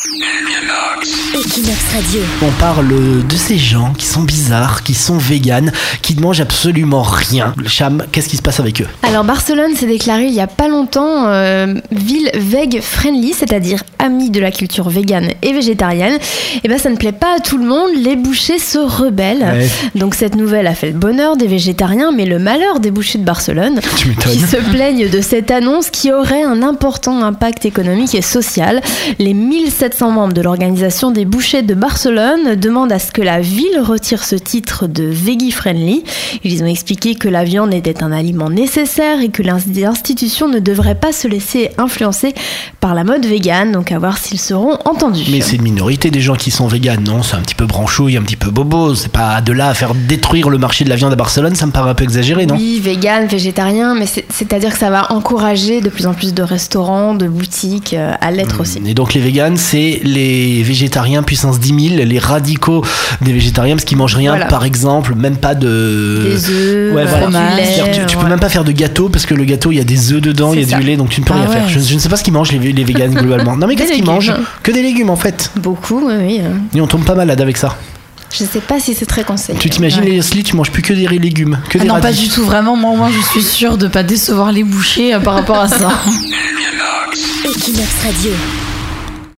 Equinox Radio. On parle de ces gens qui sont bizarres, qui sont véganes, qui ne mangent absolument rien. Cham, qu'est-ce qui se passe avec eux ? Alors Barcelone s'est déclarée il y a pas longtemps ville veg friendly, c'est-à-dire amie de la culture végane et végétarienne. Et ben ça ne plaît pas à tout le monde, les bouchers se rebellent. Ouais. Donc cette nouvelle a fait le bonheur des végétariens, mais le malheur des bouchers de Barcelone, qui se plaignent de cette annonce qui aurait un important impact économique et social. Les 1700 membres de l'organisation des bouchers de Barcelone demandent à ce que la ville retire ce titre de veggie friendly. Ils ont expliqué que la viande était un aliment nécessaire et que l'institution ne devrait pas se laisser influencer par la mode végane, donc à voir s'ils seront entendus. Mais c'est une minorité des gens qui sont véganes, non ? C'est un petit peu branchouille, un petit peu bobo. C'est pas de là à faire détruire le marché de la viande à Barcelone, ça me paraît un peu exagéré, non ? Oui, vegan, végétarien, mais c'est-à-dire que ça va encourager de plus en plus de restaurants, de boutiques à l'être aussi. Et donc les véganes, c'est les végétariens puissance 10 000, les radicaux des végétariens, parce qu'ils mangent rien, voilà. Par exemple, même pas de... Des œufs, du lait. Tu peux même pas faire de gâteau, parce que le gâteau, il y a des œufs dedans, il y a du lait, donc tu ne peux rien faire. Je ne sais pas ce qu'ils mangent les véganes globalement. Non mais qu'est-ce qu'ils mangent ? Que des légumes en fait. Beaucoup, oui. Et on tombe pas malade avec ça. Je sais pas si c'est très conseillé. Tu t'imagines, Leslie, tu manges plus que des légumes, que des non, radis. pas du tout, vraiment. Moi, je suis sûre de pas décevoir les bouchers par rapport à ça. Equinox Radio.